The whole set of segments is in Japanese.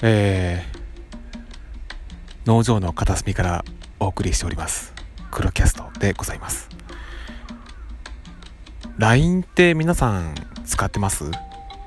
農場の片隅からお送りしております黒キャストでございます。 LINE って皆さん使ってます？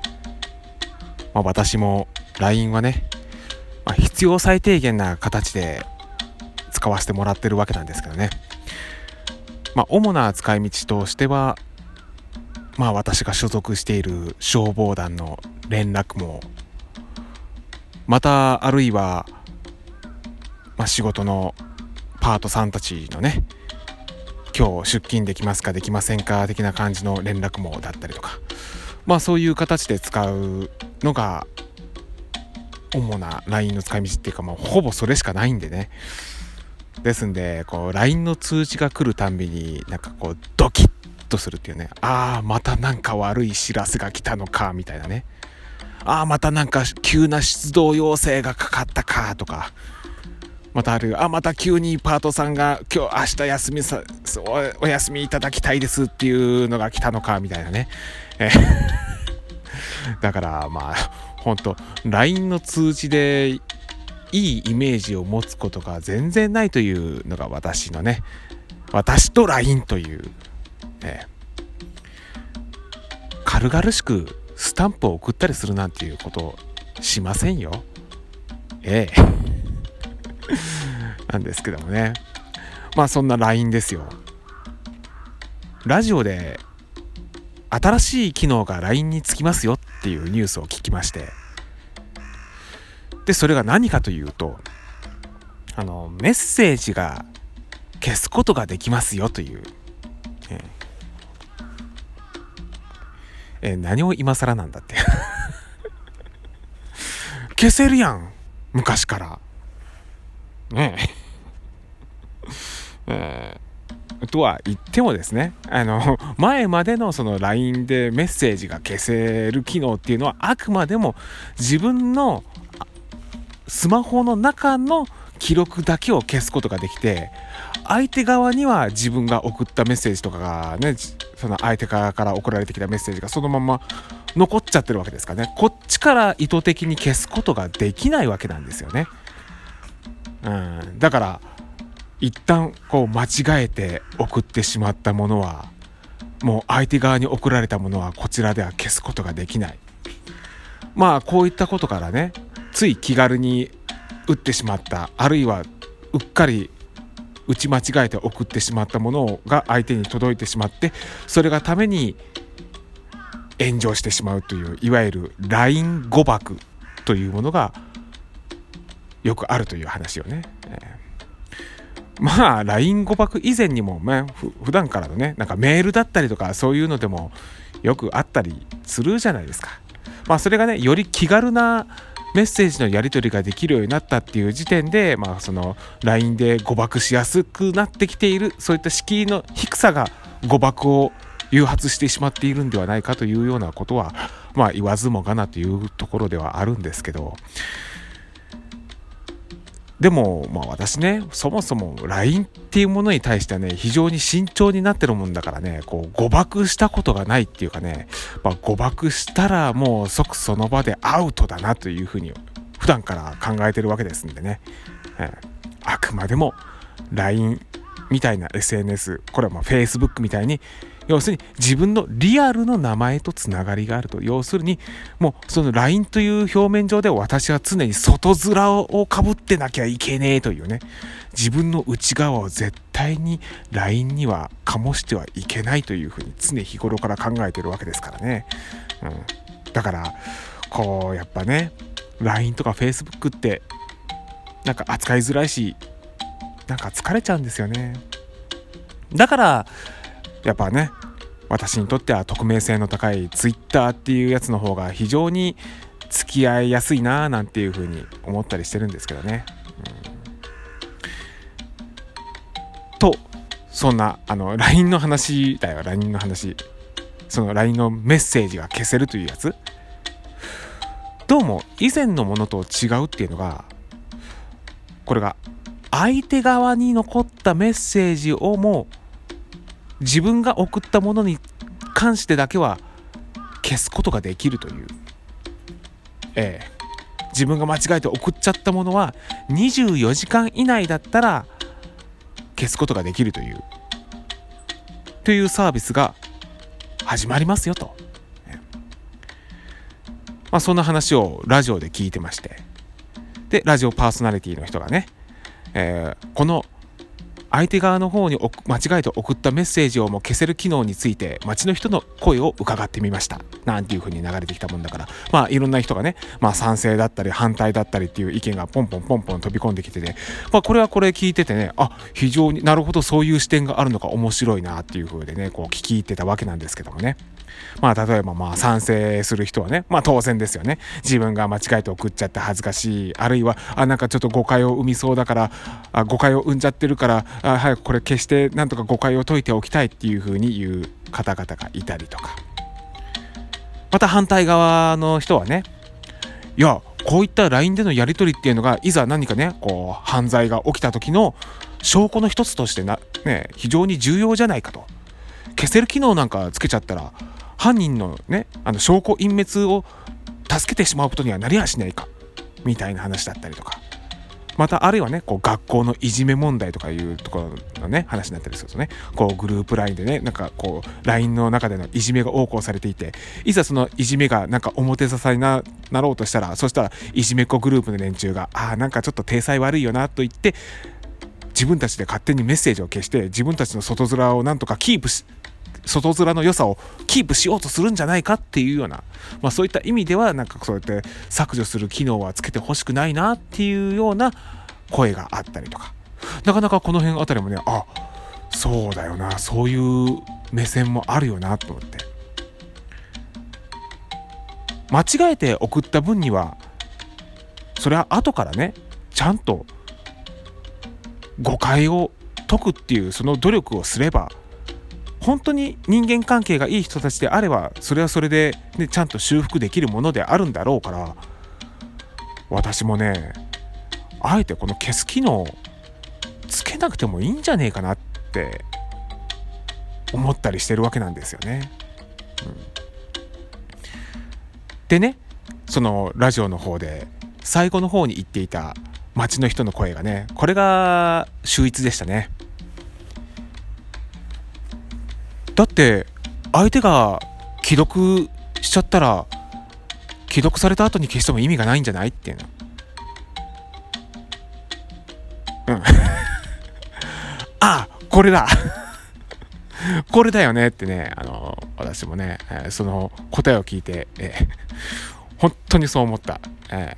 私も LINE はね、必要最低限な形で使わせてもらってるわけなんですけどね。主な使い道としては、私が所属している消防団の連絡網、またあるいは、仕事のパートさんたちのね、今日出勤できますかできませんか的な感じの連絡網だったりとか、そういう形で使うのが主な LINE の使い道っていうか、ほぼそれしかないんでね。ですんで、LINE の通知が来るたんびにドキッとするっていうね。またなんか悪い知らせが来たのかみたいなね。またなんか急な出動要請がかかったかとか、またまた急にパートさんが明日お休みいただきたいですっていうのが来たのかみたいなね。だから本当 LINE の通知でいいイメージを持つことが全然ないというのが私と LINE という、軽々しくスタンプを送ったりするなんていうことしませんよ。なんですけどもね。そんな LINE ですよ。ラジオで新しい機能が LINE につきますよっていうニュースを聞きまして、でそれが何かというと、メッセージが消すことができますよという、何を今更なんだって消せるやん昔からねとは言ってもですね、前までのその LINE でメッセージが消せる機能っていうのはあくまでも自分のスマホの中の記録だけを消すことができて、相手側には自分が送ったメッセージとかがね、その相手側から送られてきたメッセージがそのまま残っちゃってるわけですからね。こっちから意図的に消すことができないわけなんですよね。だから一旦間違えて送ってしまったものは、もう相手側に送られたものはこちらでは消すことができない。こういったことからね、つい気軽に打ってしまった、あるいはうっかり打ち間違えて送ってしまったものが相手に届いてしまって、それがために炎上してしまうという、いわゆる LINE 誤爆というものがよくあるという話をね。LINE 誤爆以前にも普段からのね、なんかメールだったりとかそういうのでもよくあったりするじゃないですか。それがね、より気軽なメッセージのやり取りができるようになったっていう時点で、その LINE で誤爆しやすくなってきている、そういった敷居の低さが誤爆を誘発してしまっているんではないかというようなことは、言わずもがなというところではあるんですけど、でも私ね、そもそも LINE っていうものに対してはね、非常に慎重になってるもんだからね、誤爆したことがないっていうかね、誤爆したらもう即その場でアウトだなというふうに普段から考えてるわけですんでね、あくまでも LINE みたいな SNS、 これはFacebook みたいに、要するに自分のリアルの名前とつながりがあると。要するにもうその LINE という表面上で私は常に外面をかぶってなきゃいけねえというね、自分の内側を絶対に LINE には醸してはいけないというふうに常日頃から考えてるわけですからね。だからやっぱね、 LINE とか Facebook ってなんか扱いづらいし、なんか疲れちゃうんですよね。だからやっぱね、私にとっては匿名性の高い Twitter っていうやつの方が非常に付き合いやすいななんていう風に思ったりしてるんですけどね。と、そんなLINE の話だよ。 LINE の話、その LINE のメッセージが消せるというやつ、どうも以前のものと違うっていうのが、これが相手側に残ったメッセージをも自分が送ったものに関してだけは消すことができるという、 自分が間違えて送っちゃったものは24時間以内だったら消すことができるというサービスが始まりますよと、そんな話をラジオで聞いてまして、でラジオパーソナリティの人がね、この相手側の方に間違えて送ったメッセージをも消せる機能について街の人の声を伺ってみましたなんていう風に流れてきたもんだから、いろんな人がね、賛成だったり反対だったりっていう意見がポンポン飛び込んできてて、これはこれ聞いててね、非常になるほどそういう視点があるのか面白いなっていう風でね、こう聞き入ってたわけなんですけどもね。例えば賛成する人はね、当然ですよね。自分が間違えて送っちゃって恥ずかしい、あるいはなんかちょっと誤解を生みそうだから誤解を生んじゃってるから早くこれ消してなんとか誤解を解いておきたいっていう風に言う方々がいたりとか、また反対側の人はね、いやこういった LINE でのやり取りっていうのがいざ何かねこう犯罪が起きた時の証拠の一つとして非常に重要じゃないかと。消せる機能なんかつけちゃったら犯人のね証拠隠滅を助けてしまうことにはなりやしないかみたいな話だったりとか、またあるいはねこう学校のいじめ問題とかいうところのね話になったりするとね、こうグループ LINE でねなんかこう LINE の中でのいじめが横行されていて、いざそのいじめがなんか表沙汰になろうとしたら、そしたらいじめっ子グループの連中がなんかちょっと体裁悪いよなと言って自分たちで勝手にメッセージを消して自分たちの外面をなんとか外面の良さをキープしようとするんじゃないかっていうような、そういった意味ではなんかそうやって削除する機能はつけてほしくないなっていうような声があったりとか、なかなかこの辺あたりもね、そうだよな、そういう目線もあるよなと思って、間違えて送った分にはそれは後からねちゃんと誤解を解くっていうその努力をすれば、本当に人間関係がいい人たちであればそれはそれで、ちゃんと修復できるものであるんだろうから、私もねあえてこの消す機能つけなくてもいいんじゃねえかなって思ったりしてるわけなんですよね、でね、そのラジオの方で最後の方に言っていた街の人の声がね、これが秀逸でしたね。だって相手が既読しちゃったら既読された後に消しても意味がないんじゃないっていうの。これだこれだよねってね、私もね、その答えを聞いて、本当にそう思った、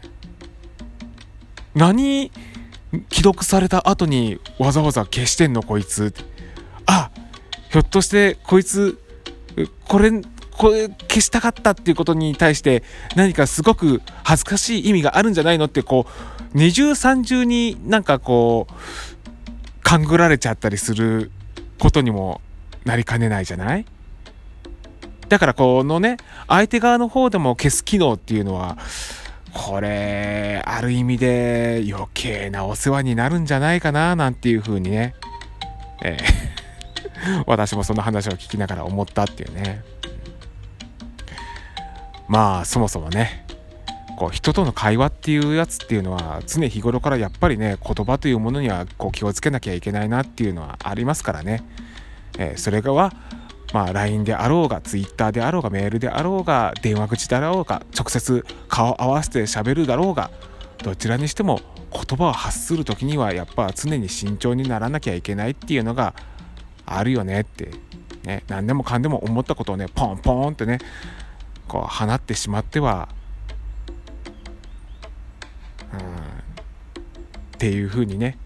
何既読された後にわざわざ消してんのこいつ、ひょっとしてこいつこれ消したかったっていうことに対して何かすごく恥ずかしい意味があるんじゃないのって、こう二重三重になんかこう勘ぐられちゃったりすることにもなりかねないじゃない。だからこのね相手側の方でも消す機能っていうのはこれある意味で余計なお世話になるんじゃないかななんていう風にね、私もその話を聞きながら思ったっていうね。そもそもねこう人との会話っていうやつっていうのは常日頃からやっぱりね言葉というものにはこう気をつけなきゃいけないなっていうのはありますからね、それがLINE であろうが Twitter であろうがメールであろうが電話口であろうが直接顔合わせて喋るだろうが、どちらにしても言葉を発する時にはやっぱ常に慎重にならなきゃいけないっていうのがあるよねってね、何でもかんでも思ったことをねポンポンってねこう放ってしまってはっていう風にね、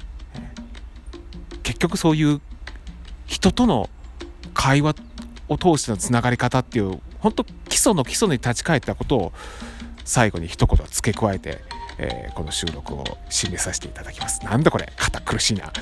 結局そういう人との会話を通してのつながり方っていう本当基礎の基礎に立ち返ったことを最後に一言付け加えて、この収録を締めさせていただきます。なんだこれ堅苦しいな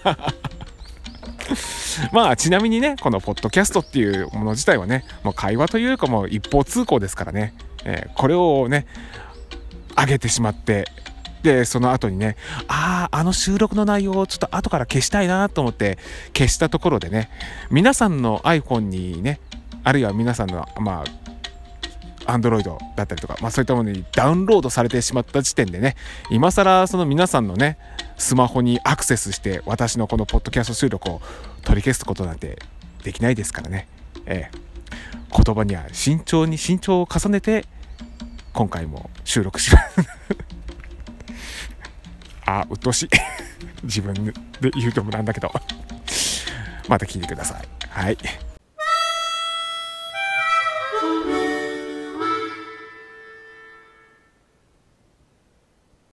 ちなみにねこのポッドキャストっていうもの自体はねもう会話というかもう一方通行ですからね、これをね上げてしまってでその後にねあの収録の内容をちょっと後から消したいなと思って消したところでね、皆さんの iPhone にねあるいは皆さんの Android だったりとか、そういったものにダウンロードされてしまった時点でね、今更その皆さんのねスマホにアクセスして私のこのポッドキャスト収録を取り消すことなんてできないですからね。言葉には慎重に慎重を重ねて今回も収録しますうっとうしい自分で言うともなんだけどまた聞いてください。はい。